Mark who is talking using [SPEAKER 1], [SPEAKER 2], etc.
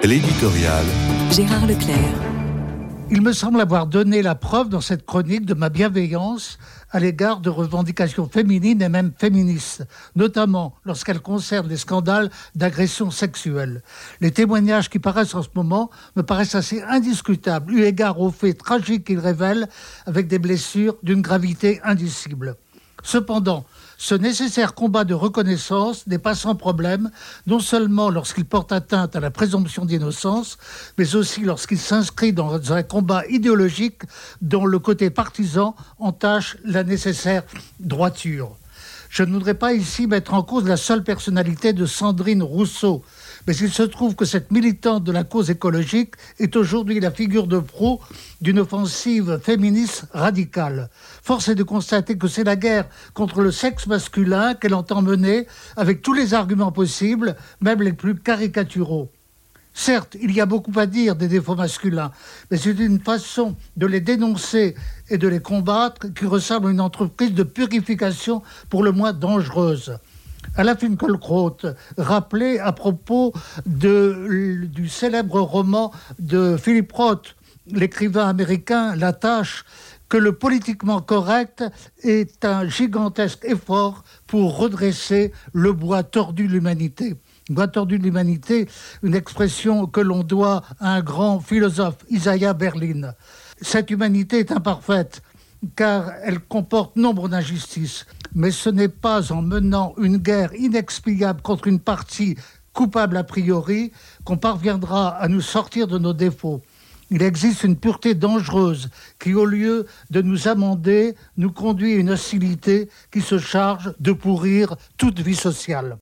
[SPEAKER 1] L'éditorial.
[SPEAKER 2] Gérard Leclerc.
[SPEAKER 3] Il me semble avoir donné la preuve dans cette chronique de ma bienveillance à l'égard de revendications féminines et même féministes, notamment lorsqu'elles concernent les scandales d'agression sexuelle. Les témoignages qui paraissent en ce moment me paraissent assez indiscutables, eu égard aux faits tragiques qu'ils révèlent avec des blessures d'une gravité indicible. Cependant, ce nécessaire combat de reconnaissance n'est pas sans problème, non seulement lorsqu'il porte atteinte à la présomption d'innocence, mais aussi lorsqu'il s'inscrit dans un combat idéologique dont le côté partisan entache la nécessaire droiture. Je ne voudrais pas ici mettre en cause la seule personnalité de Sandrine Rousseau, mais il se trouve que cette militante de la cause écologique est aujourd'hui la figure de proue d'une offensive féministe radicale. Force est de constater que c'est la guerre contre le sexe masculin qu'elle entend mener avec tous les arguments possibles, même les plus caricaturaux. Certes, il y a beaucoup à dire des défauts masculins, mais c'est une façon de les dénoncer et de les combattre qui ressemble à une entreprise de purification pour le moins dangereuse. Alain Finkielkraut rappelait à propos du célèbre roman de Philip Roth, l'écrivain américain La Tâche, que le politiquement correct est un gigantesque effort pour redresser le bois tordu de l'humanité. Bois tordu de l'humanité, une expression que l'on doit à un grand philosophe, Isaiah Berlin. Cette humanité est imparfaite, car elle comporte nombre d'injustices. Mais ce n'est pas en menant une guerre inexplicable contre une partie coupable a priori qu'on parviendra à nous sortir de nos défauts. Il existe une pureté dangereuse qui, au lieu de nous amender, nous conduit à une hostilité qui se charge de pourrir toute vie sociale.